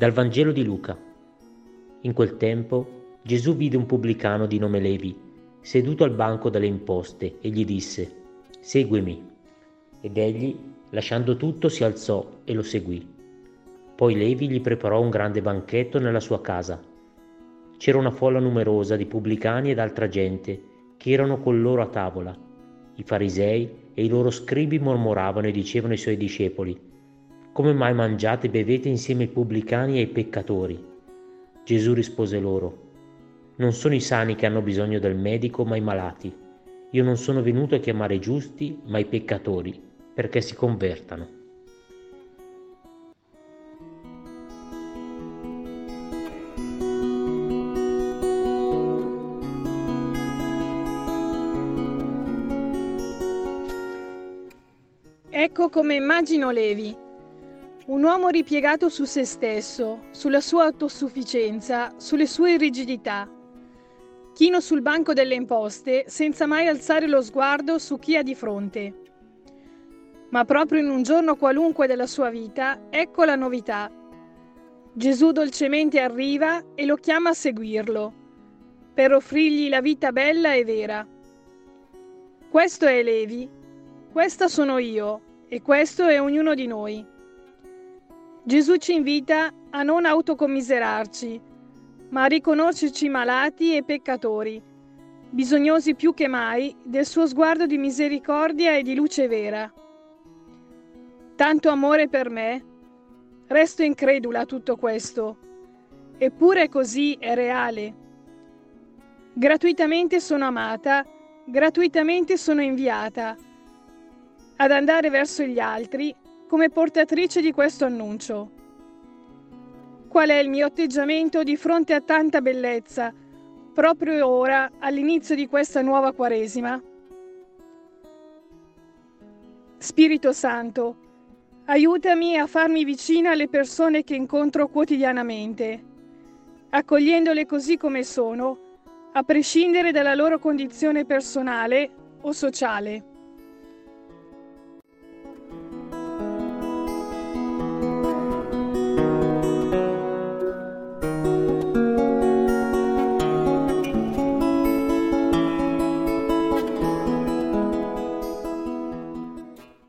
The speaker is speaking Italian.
Dal Vangelo di Luca. In quel tempo Gesù vide un pubblicano di nome Levi, seduto al banco delle imposte, e gli disse: «Seguimi». Ed egli, lasciando tutto, si alzò e lo seguì. Poi Levi gli preparò un grande banchetto nella sua casa. C'era una folla numerosa di pubblicani ed altra gente che erano con loro a tavola. I farisei e i loro scribi mormoravano e dicevano ai suoi discepoli: «Come mai mangiate e bevete insieme ai pubblicani e ai peccatori?» Gesù rispose loro: «Non sono i sani che hanno bisogno del medico, ma i malati. Io non sono venuto a chiamare i giusti, ma i peccatori, perché si convertano». Ecco come immagino Levi, un uomo ripiegato su se stesso, sulla sua autosufficienza, sulle sue rigidità, chino sul banco delle imposte senza mai alzare lo sguardo su chi ha di fronte. Ma proprio in un giorno qualunque della sua vita, ecco la novità. Gesù dolcemente arriva e lo chiama a seguirlo, per offrirgli la vita bella e vera. Questo è Levi, questa sono io e questo è ognuno di noi. Gesù ci invita a non autocommiserarci, ma a riconoscerci malati e peccatori, bisognosi più che mai del suo sguardo di misericordia e di luce vera. Tanto amore per me? Resto incredula a tutto questo. Eppure così è reale. Gratuitamente sono amata, gratuitamente sono inviata ad andare verso gli altri come portatrice di questo annuncio. Qual è il mio atteggiamento di fronte a tanta bellezza, proprio ora, all'inizio di questa nuova Quaresima? Spirito Santo, aiutami a farmi vicina alle persone che incontro quotidianamente, accogliendole così come sono, a prescindere dalla loro condizione personale o sociale.